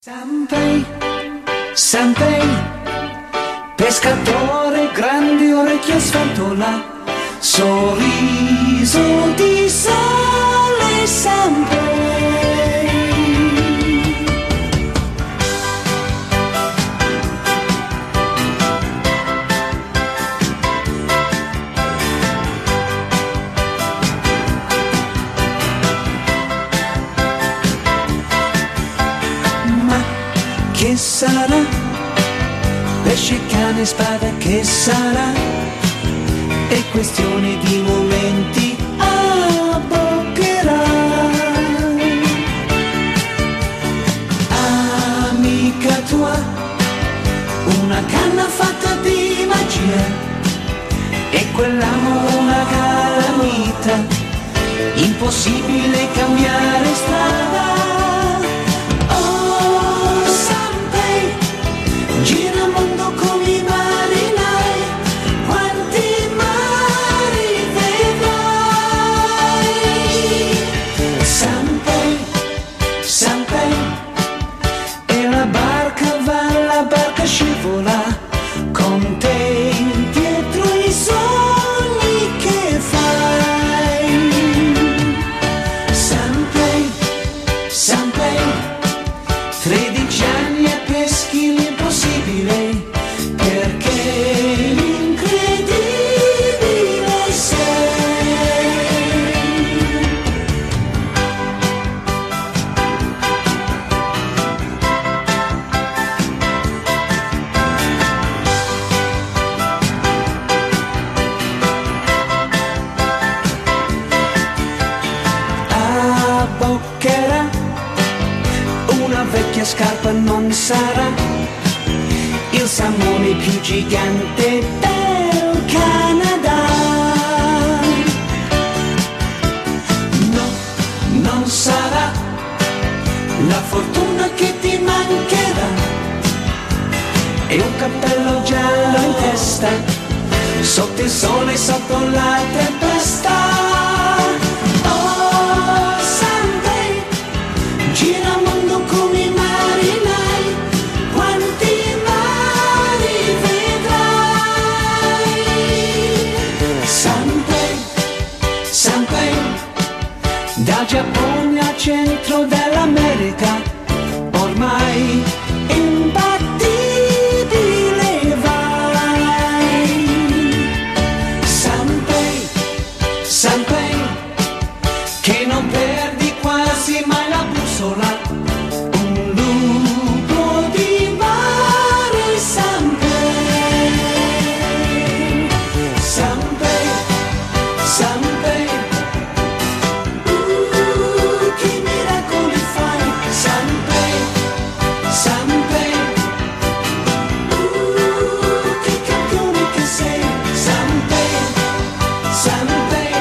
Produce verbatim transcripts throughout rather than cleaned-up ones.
Sanpei, Sanpei, pescatore, grande orecchie sventola, sorriso di sole, Sanpei. Che sarà? Pesce, cane, spada, che sarà? È questione di momenti, abboccherà. Amica tua, una canna fatta di magia, e quell'amore una calamita, impossibile cambiare strada. Gira il mondo come i marinai, quanti mari vedrai. Sanpei, Sanpei, e la barca va, la barca scivola, con te dietro i sogni che fai. Sanpei, Sanpei, tredici anni e peschi l'impossibile, perché l'incredibile sei. Abboccherà, una vecchia scarpa non sarà il salmone più gigante del Canada. No, non sarà la fortuna che ti mancherà, e un cappello giallo in testa, sotto il sole, sotto la tempesta. Oh, Sanpei, gira il mondo come i marinai, quanti mari vedrai. Sanpei, Sanpei, dal Giappone al centro dell'America, ormai imbattibile vai. Sanpei, Sanpei, che non perdi quasi mai la bussola, un lupo di mare. Sanpei, Sanpei, Sanpei, uh, che miracoli fai. Sanpei, Sanpei, uh, che campione che sei. Sanpei, Sanpei,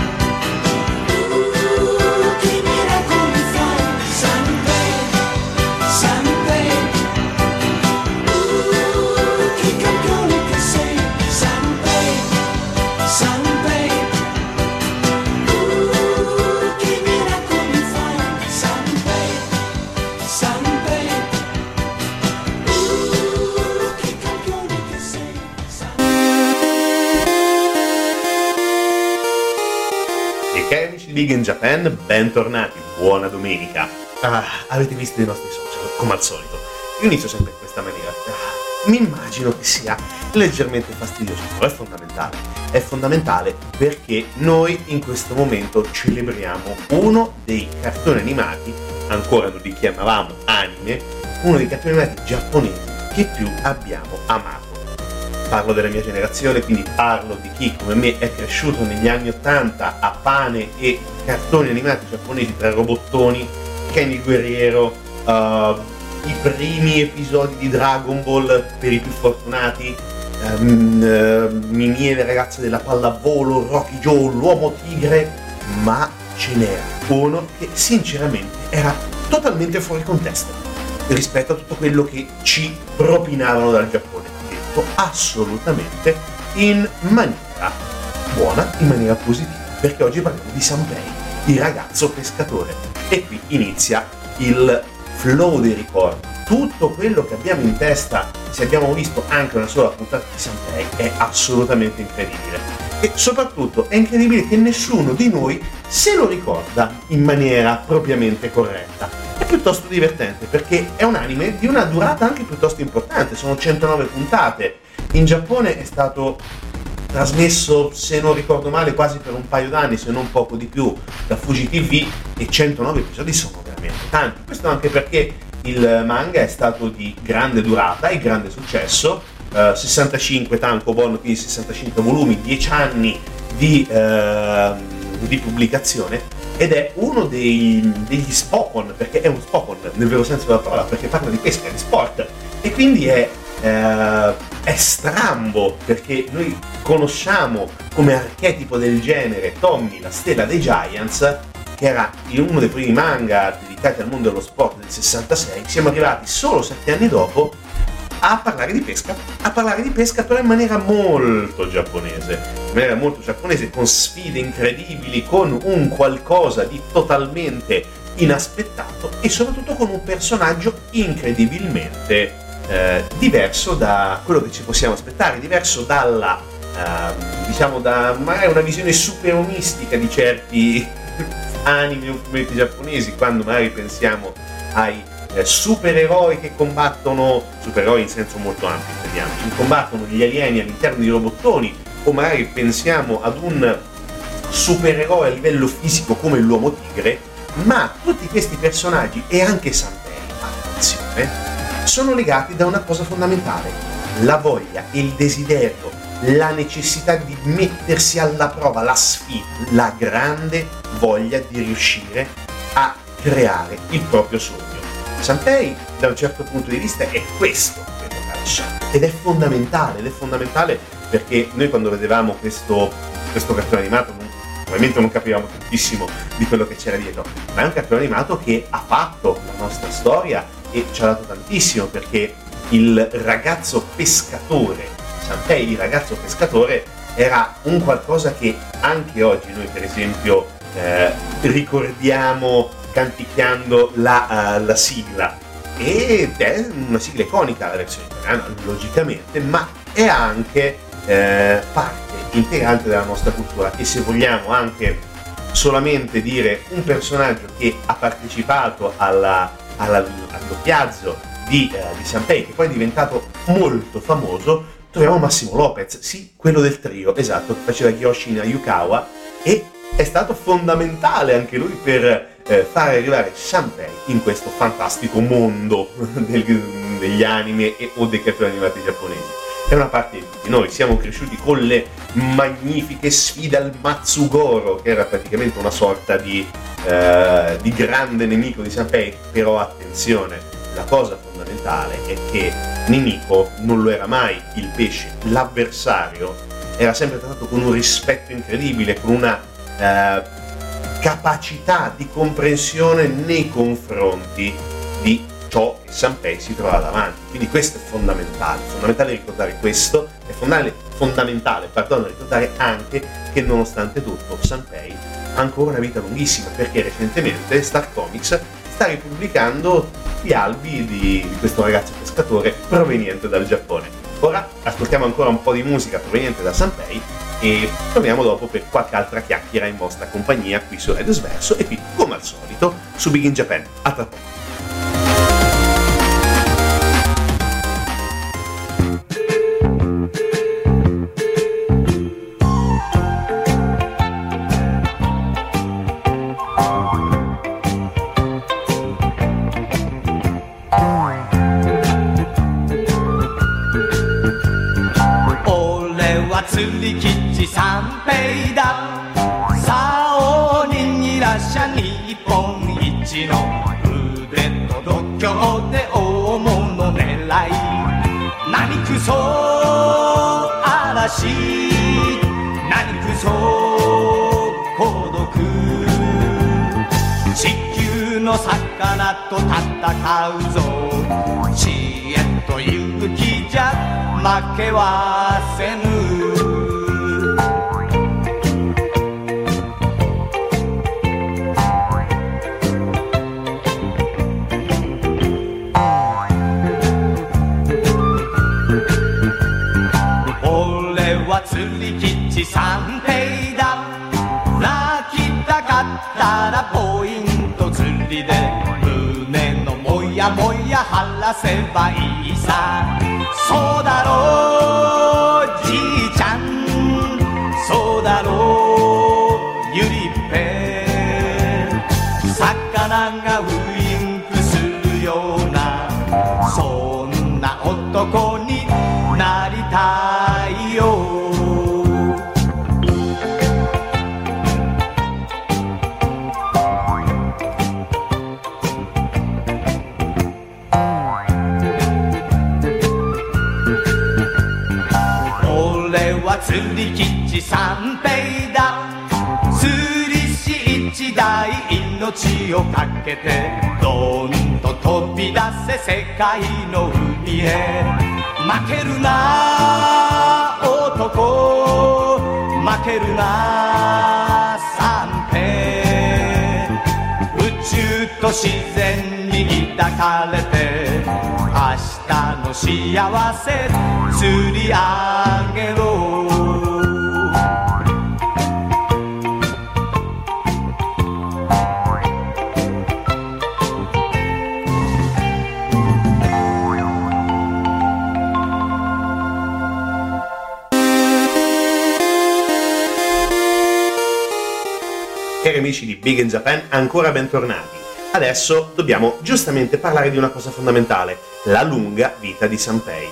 uh, che miracoli fai. Sanpei, Sanpei, uh, che campione che sei. Sanpei, Sanpei, uh, che miracoli fai. Sanpei, Sanpei, uh, che campione che sei. E cari amici di Big in Japan, bentornati, buona domenica. Ah, avete visto i nostri social, come al solito. Io inizio sempre in questa maniera. Ah, mi immagino che sia leggermente fastidioso, però è fondamentale. È fondamentale perché noi in questo momento celebriamo uno dei cartoni animati, ancora lo richiamavamo anime, uno dei cartoni animati giapponesi che più abbiamo amato. Parlo della mia generazione, quindi parlo di chi come me è cresciuto negli anni ottanta a pane e cartoni animati giapponesi tra robottoni, Ken il guerriero, uh, i primi episodi di Dragon Ball per i più fortunati, um, uh, Mimì e le ragazze della pallavolo, Rocky Joe, l'uomo tigre, ma ce n'era uno che sinceramente era totalmente fuori contesto rispetto a tutto quello che ci propinavano dal Giappone. Assolutamente in maniera buona, in maniera positiva, perché oggi parliamo di Sanpei, il ragazzo pescatore, e qui inizia il flow dei ricordi, tutto quello che abbiamo in testa se abbiamo visto anche una sola puntata di Sanpei è assolutamente incredibile. E soprattutto è incredibile che nessuno di noi se lo ricorda in maniera propriamente corretta. È piuttosto divertente perché è un anime di una durata anche piuttosto importante, sono centonove puntate. In Giappone è stato trasmesso, se non ricordo male, quasi per un paio d'anni, se non poco di più, da Fuji T V, e centonove episodi sono veramente tanti. Questo anche perché il manga è stato di grande durata e grande successo. Uh, sessantacinque tankobon, quindi sessantacinque volumi, dieci anni di, uh, di pubblicazione, ed è uno dei, degli spokon, perché è un spokon nel vero senso della parola, perché parla di pesca, di sport, e quindi è, uh, è strambo, perché noi conosciamo come archetipo del genere Tommy, la stella dei Giants, che era uno dei primi manga dedicati al mondo dello sport del sessantasei. Siamo arrivati solo sette anni dopo a parlare di pesca, a parlare di pesca però in maniera molto giapponese, in maniera molto giapponese, con sfide incredibili, con un qualcosa di totalmente inaspettato e soprattutto con un personaggio incredibilmente eh, diverso da quello che ci possiamo aspettare, diverso dalla, eh, diciamo, da magari una visione super mistica di certi anime o fumetti giapponesi, quando magari pensiamo ai Eh, supereroi che combattono, supereroi in senso molto ampio, vediamo, che combattono gli alieni all'interno di robottoni, o magari pensiamo ad un supereroe a livello fisico come l'uomo tigre, ma tutti questi personaggi e anche Sanpei, attenzione, sono legati da una cosa fondamentale: la voglia, il desiderio, la necessità di mettersi alla prova, la sfida, la grande voglia di riuscire a creare il proprio sogno. Sanpei, da un certo punto di vista, è questo che tocca lasciare, ed è fondamentale, ed è fondamentale perché noi quando vedevamo questo, questo cartone animato non, ovviamente non capivamo tantissimo di quello che c'era dietro, ma è un cartone animato che ha fatto la nostra storia e ci ha dato tantissimo, perché il ragazzo pescatore, Sanpei il ragazzo pescatore, era un qualcosa che anche oggi noi per esempio eh, ricordiamo canticchiando la, uh, la sigla, ed è una sigla iconica, la versione italiana logicamente, ma è anche eh, parte integrante della nostra cultura, e se vogliamo anche solamente dire un personaggio che ha partecipato alla, alla, al doppiaggio di, uh, di Sanpei, che poi è diventato molto famoso, troviamo Massimo Lopez, sì, quello del trio, esatto, che faceva Gyoshin Ayukawa, e è stato fondamentale anche lui per eh, fare arrivare Sanpei in questo fantastico mondo del, degli anime e o dei cartoni animati giapponesi. È una parte di tutti noi, siamo cresciuti con le magnifiche sfide al Matsugoro, che era praticamente una sorta di, eh, di grande nemico di Sanpei, però attenzione, la cosa fondamentale è che nemico non lo era mai il pesce, l'avversario era sempre trattato con un rispetto incredibile, con una Eh, capacità di comprensione nei confronti di ciò che Sanpei si trova davanti. Quindi questo è fondamentale, fondamentale ricordare questo, è fondamentale, fondamentale perdono, ricordare anche che nonostante tutto Sanpei ha ancora una vita lunghissima, perché recentemente Star Comics sta ripubblicando gli albi di, di questo ragazzo pescatore proveniente dal Giappone. Ora ascoltiamo ancora un po' di musica proveniente da Sanpei e torniamo dopo per qualche altra chiacchiera in vostra compagnia qui su Radio Sverso e qui, come al solito, su Big in Japan. A tra poco. 釣り吉三平だ竿にいらっしゃ日本一の腕と度胸で大物狙い何くそ嵐何くそ孤独地球の魚と戦うぞ知恵と勇気じゃ負けはせぬ吉三平だ泣きたかったらポイント釣りで胸のもやもや晴らせばいいさそうだろうじいちゃんそうだろうゆりっぺ魚がウインクするようなそんな男になりたいよ俺は釣り吉三平だ釣り師一台命をかけてどんと飛び出せ世界の海へ負けるな男負けるな三平宇宙と自然に抱かれて明日の幸せ釣り上げろ Cari amici di Big in Japan, ancora bentornati. Adesso dobbiamo giustamente parlare di una cosa fondamentale, la lunga vita di Sanpei.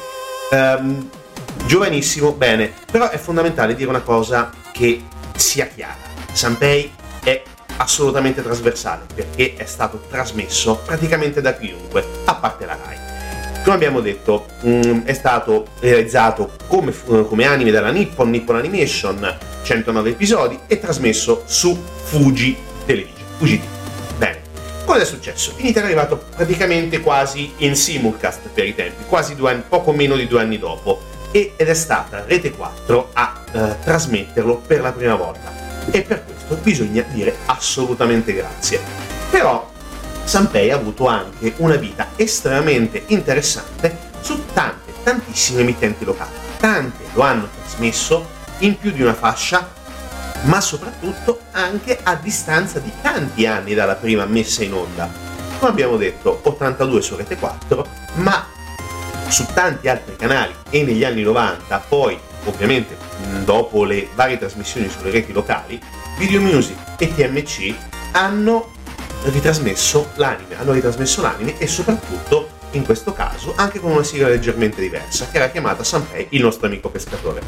Um, giovanissimo, bene, però è fondamentale dire una cosa che sia chiara. Sanpei è assolutamente trasversale perché è stato trasmesso praticamente da chiunque, a parte la Rai. Come abbiamo detto, mh, è stato realizzato come, come anime dalla Nippon, Nippon Animation, centonove episodi, e trasmesso su Fuji Television, Fuji T V. Bene, cosa è successo? In Italia è arrivato praticamente quasi in simulcast per i tempi, quasi due anni, poco meno di due anni dopo, ed è stata Rete quattro a eh, trasmetterlo per la prima volta. E per questo bisogna dire assolutamente grazie. Però Sanpei ha avuto anche una vita estremamente interessante su tante, tantissime emittenti locali. Tante lo hanno trasmesso in più di una fascia, ma soprattutto anche a distanza di tanti anni dalla prima messa in onda. Come abbiamo detto, ottantadue su Rete quattro, ma su tanti altri canali e negli anni novanta, poi ovviamente dopo le varie trasmissioni sulle reti locali, Video Music e T M C hanno ritrasmesso l'anime, hanno ritrasmesso l'anime e soprattutto in questo caso anche con una sigla leggermente diversa che era chiamata Sanpei, il nostro amico pescatore.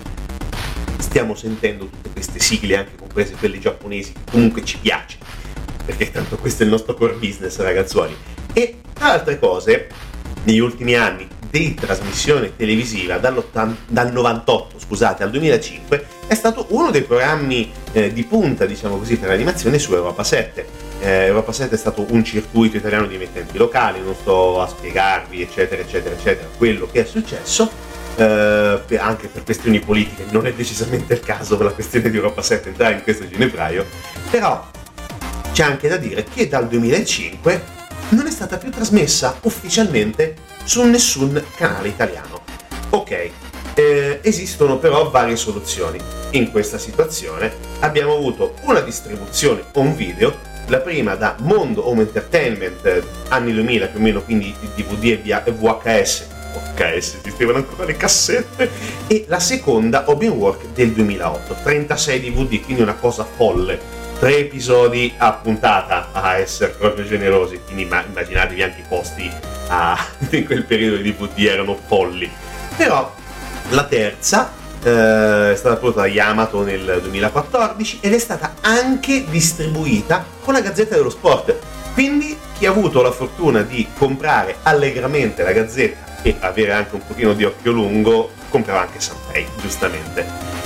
Stiamo sentendo tutte queste sigle, anche comprese quelle giapponesi, che comunque ci piace, perché tanto questo è il nostro core business, ragazzuoli. E tra altre cose, negli ultimi anni di trasmissione televisiva, dal novantotto scusate, al duemilacinque, è stato uno dei programmi eh, di punta, diciamo così, per l'animazione su Europa sette. Eh, Europa sette è stato un circuito italiano di emittenti locali, non sto a spiegarvi, eccetera, eccetera, eccetera, quello che è successo. Uh, anche per questioni politiche non è decisamente il caso per la questione di Europa sette entrare in questo ginepraio, però c'è anche da dire che dal duemilacinque non è stata più trasmessa ufficialmente su nessun canale italiano. Ok, eh, esistono però varie soluzioni. In questa situazione abbiamo avuto una distribuzione on video, la prima da Mondo Home Entertainment, eh, anni duemila più o meno, quindi D V D e V H S. Ok, esistevano ancora le cassette, e la seconda Open Work del duemilaotto, trentasei D V D, quindi una cosa folle, tre episodi a puntata, a essere proprio generosi, quindi immaginatevi anche i posti a, in quel periodo di D V D erano folli. Però la terza eh, è stata prodotta da Yamato nel duemilaquattordici ed è stata anche distribuita con la Gazzetta dello Sport, quindi chi ha avuto la fortuna di comprare allegramente la Gazzetta e avere anche un pochino di occhio lungo comprava anche Sanpei, giustamente.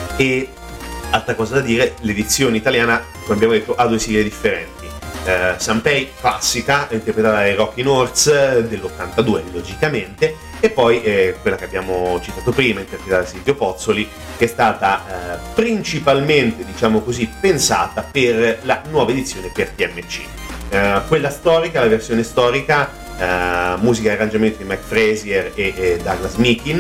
E altra cosa da dire, l'edizione italiana, come abbiamo detto, ha due sigle differenti. eh, Sanpei classica, interpretata dai Rockin' Horse dell'ottantadue logicamente, e poi eh, quella che abbiamo citato prima, interpretata da Silvio Pozzoli, che è stata eh, principalmente, diciamo così, pensata per la nuova edizione per T M C. eh, quella storica, la versione storica, Uh, musica e arrangiamenti di Mike Frazier e, e Douglas Meakin,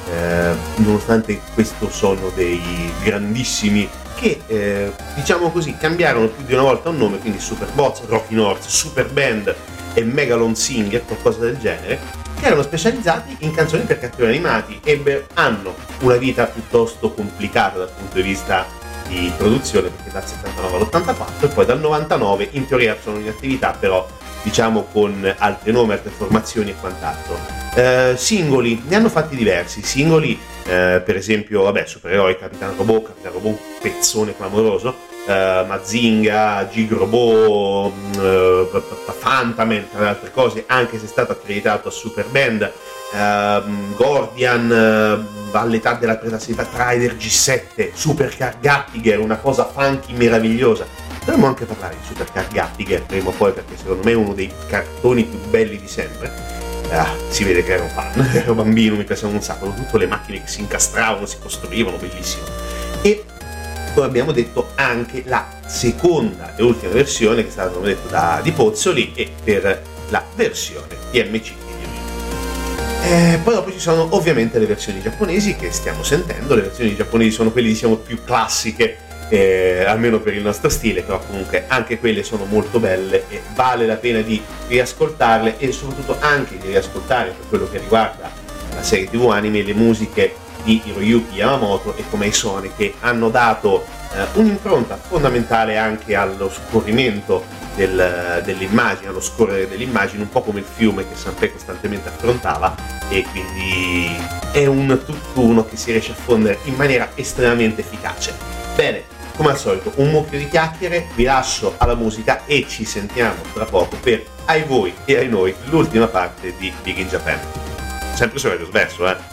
eh, nonostante questo sono dei grandissimi che, eh, diciamo così, cambiarono più di una volta un nome, quindi Superbots, Rocky North, Superband e Megalon Singer, qualcosa del genere, che erano specializzati in canzoni per cartoni animati e beh, hanno una vita piuttosto complicata dal punto di vista di produzione, perché dal settantanove all'ottantaquattro e poi dal novantanove in teoria sono in attività, però diciamo con altri nomi, altre formazioni e quant'altro. Eh, singoli, ne hanno fatti diversi, singoli eh, per esempio, vabbè, Supereroi, Capitan Robot, Capitan Robot, un pezzone clamoroso, eh, Mazinga, Gig Robot, eh, Fantaman, tra le altre cose, anche se è stato accreditato a Superband, eh, Gordian, eh, all'età della pretesità, Trider G sette, Supercar Gattiger, una cosa funky meravigliosa. Dovremmo anche parlare di Supercar Gattiger prima o poi, perché secondo me è uno dei cartoni più belli di sempre. Ah, si vede che ero fan, ero bambino, mi piacevano un sacco, tutte le macchine che si incastravano, si costruivano, bellissimo. E poi abbiamo detto anche la seconda e ultima versione, che è stata, come detto, da Di Pozzoli, e per la versione T M C. Eh, poi dopo ci sono ovviamente le versioni giapponesi che stiamo sentendo. Le versioni giapponesi sono quelle, diciamo, più classiche, eh, almeno per il nostro stile, però comunque anche quelle sono molto belle e vale la pena di riascoltarle, e soprattutto anche di riascoltare, per quello che riguarda la serie tivù anime, le musiche di Hiroyuki Yamamoto e Komei Sone, che hanno dato eh, un'impronta fondamentale anche allo scorrimento del, dell'immagine, allo scorrere dell'immagine, un po' come il fiume che Sanpei costantemente affrontava, e quindi è un tutt'uno che si riesce a fondere in maniera estremamente efficace. Bene, come al solito un mucchio di chiacchiere, vi lascio alla musica e ci sentiamo tra poco per Ai voi e ai noi, l'ultima parte di Big in Japan. Sempre su Radio Sverso, eh!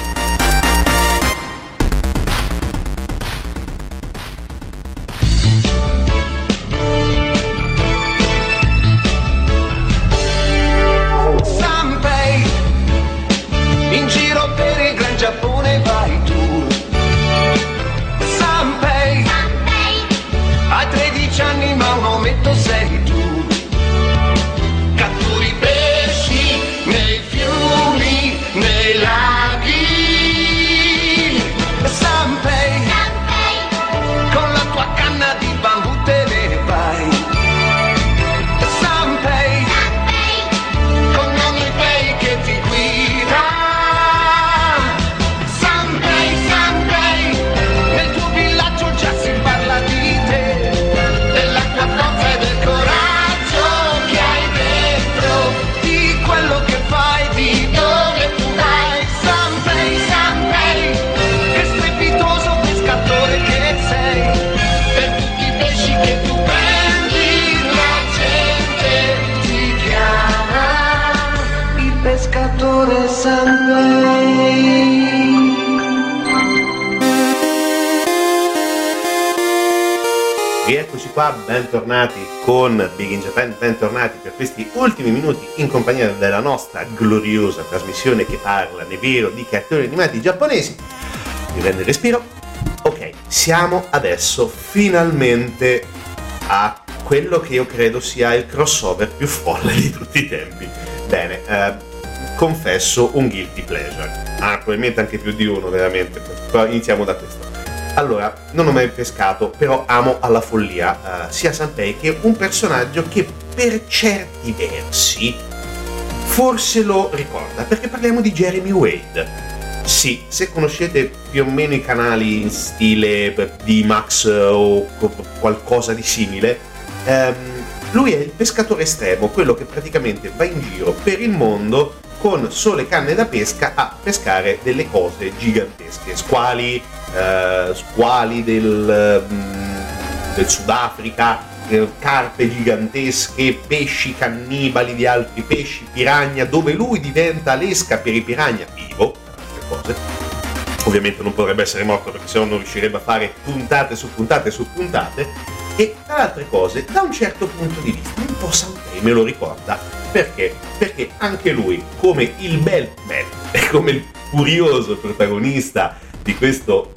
Giappone vai tu, Sanpei, hai tredici anni ma un ometto sei tu, catturi pesci nei fiumi, nei laghi, Sanpei, con la tua canna di bambù te ne vai, Sanpei, con ogni pei che ti guida. Rieccoci qua, bentornati con Big in Japan, bentornati per questi ultimi minuti in compagnia della nostra gloriosa trasmissione che parla, ne vero, di cartoni animati giapponesi. Mi prende il respiro. Ok, siamo adesso finalmente a quello che io credo sia il crossover più folle di tutti i tempi. Bene, eh, confesso un guilty pleasure. Ah, probabilmente anche più di uno, veramente. Però iniziamo da questo. Allora, non ho mai pescato, però amo alla follia uh, sia Sanpei che un personaggio che per certi versi forse lo ricorda, perché parliamo di Jeremy Wade. Sì, se conoscete più o meno i canali in stile D-Max o qualcosa di simile, um, lui è il pescatore estremo, quello che praticamente va in giro per il mondo con sole canne da pesca a pescare delle cose gigantesche, squali, eh, squali del, mm, del Sudafrica, eh, carpe gigantesche, pesci cannibali di altri pesci, piranha, dove lui diventa l'esca per i piranha vivo, altre cose. Ovviamente non potrebbe essere morto, perché sennò non riuscirebbe a fare puntate su puntate su puntate. E tra le altre cose, da un certo punto di vista, un po' Sanpei me lo ricorda. Perché? Perché anche lui, come il bel bel e come il curioso protagonista di questo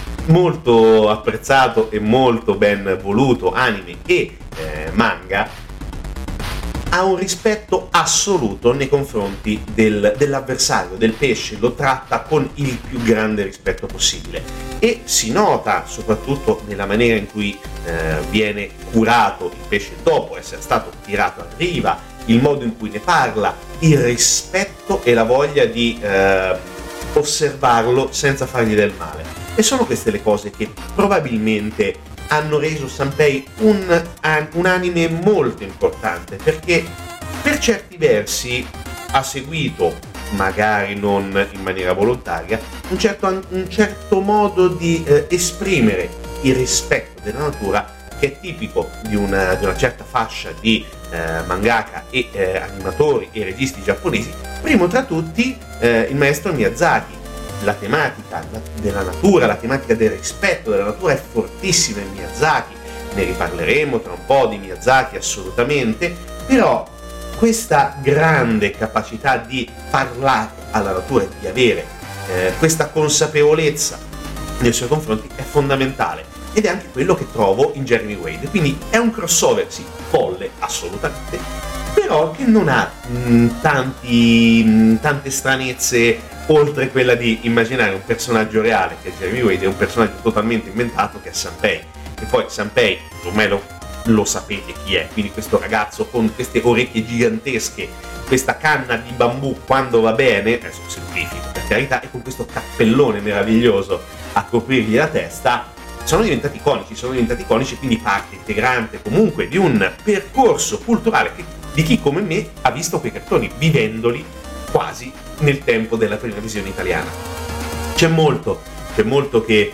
molto apprezzato e molto ben voluto anime e eh, manga, ha un rispetto assoluto nei confronti del, dell'avversario, del pesce, lo tratta con il più grande rispetto possibile e si nota soprattutto nella maniera in cui eh, viene curato il pesce dopo essere stato tirato a riva, il modo in cui ne parla, il rispetto e la voglia di eh, osservarlo senza fargli del male. E sono queste le cose che probabilmente hanno reso Sanpei un, un anime molto importante, perché per certi versi ha seguito, magari non in maniera volontaria, un certo, un certo modo di eh, esprimere il rispetto della natura che è tipico di una, di una certa fascia di eh, mangaka e eh, animatori e registi giapponesi, primo tra tutti eh, il maestro Miyazaki. La tematica della natura, la tematica del rispetto della natura è fortissima in Miyazaki, ne riparleremo tra un po' di Miyazaki assolutamente, però questa grande capacità di parlare alla natura e di avere eh, questa consapevolezza nei suoi confronti è fondamentale ed è anche quello che trovo in Jeremy Wade, quindi è un crossover, sì, folle assolutamente, però che non ha mh, tanti, mh, tante stranezze oltre quella di immaginare un personaggio reale che è Jeremy Wade e un personaggio totalmente inventato che è Sanpei. E poi Sanpei, ormai lo, lo sapete chi è, quindi questo ragazzo con queste orecchie gigantesche, questa canna di bambù quando va bene, adesso semplifico per carità, e con questo cappellone meraviglioso a coprirgli la testa, sono diventati iconici, sono diventati iconici, quindi parte integrante comunque di un percorso culturale che, di chi come me ha visto quei cartoni, vivendoli quasi nel tempo della prima visione italiana. C'è molto, c'è molto che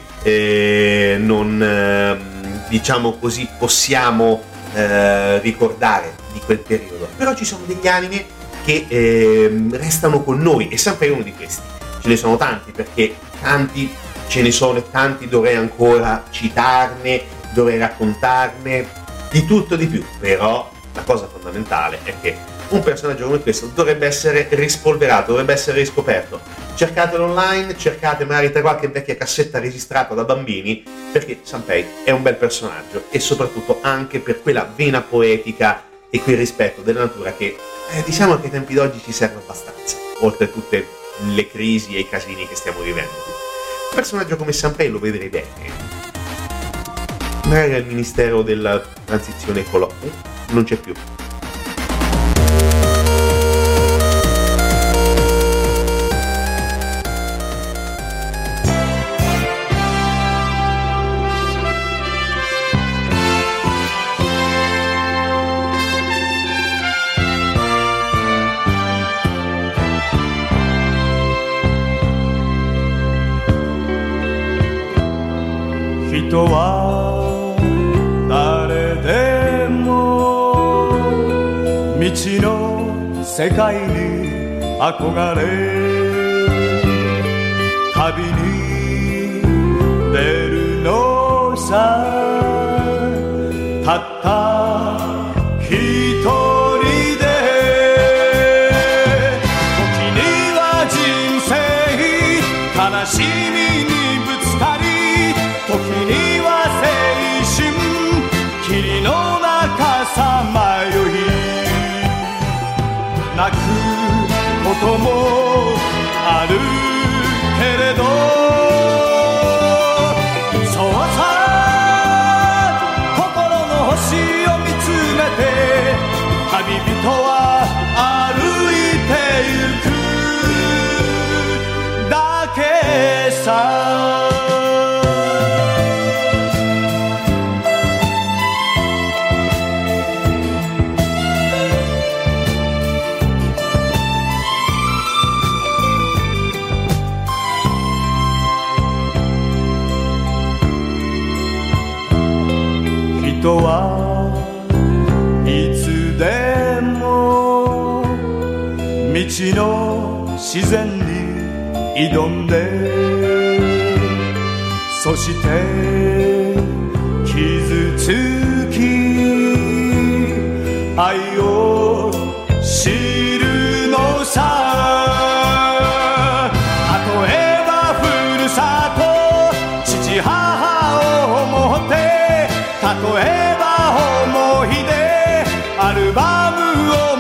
eh, non, eh, diciamo così, possiamo eh, ricordare di quel periodo, però ci sono degli anime che eh, restano con noi e Sanpei è uno di questi. Ce ne sono tanti, perché tanti ce ne sono e tanti dovrei ancora citarne, dovrei raccontarne, di tutto e di più, però la cosa fondamentale è che un personaggio come questo dovrebbe essere rispolverato, dovrebbe essere riscoperto. Cercatelo online, cercate magari tra qualche vecchia cassetta registrata da bambini, perché Sanpei è un bel personaggio e soprattutto anche per quella vena poetica e quel rispetto della natura che eh, diciamo che ai tempi d'oggi ci serve abbastanza, oltre a tutte le crisi e i casini che stiamo vivendo. Un personaggio come Sanpei lo vedrei bene magari al Ministero della Transizione Ecologica, non c'è più. 人は誰でも未知の世界に憧れ旅に出るのさたった一人で時には人生悲しみにぶつかり時には青春霧の中さまよい泣くこともあるけれどそうさ心の星を見つめて旅人は歩いてゆくだけさ人はいつでも未知の自然に挑んでそして傷つき愛を知るのさ例えばふるさと父母を思って例えば思い出アルバムを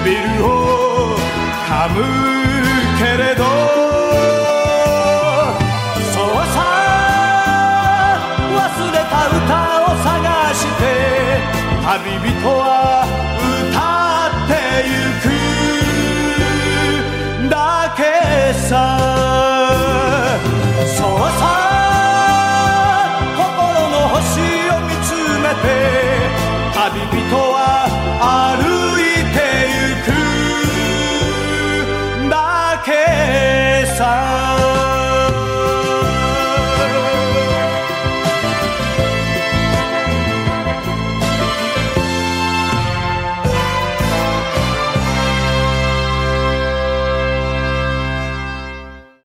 唇を噛むけれどそうさ忘れた歌を探して旅人は歌ってゆくだけさ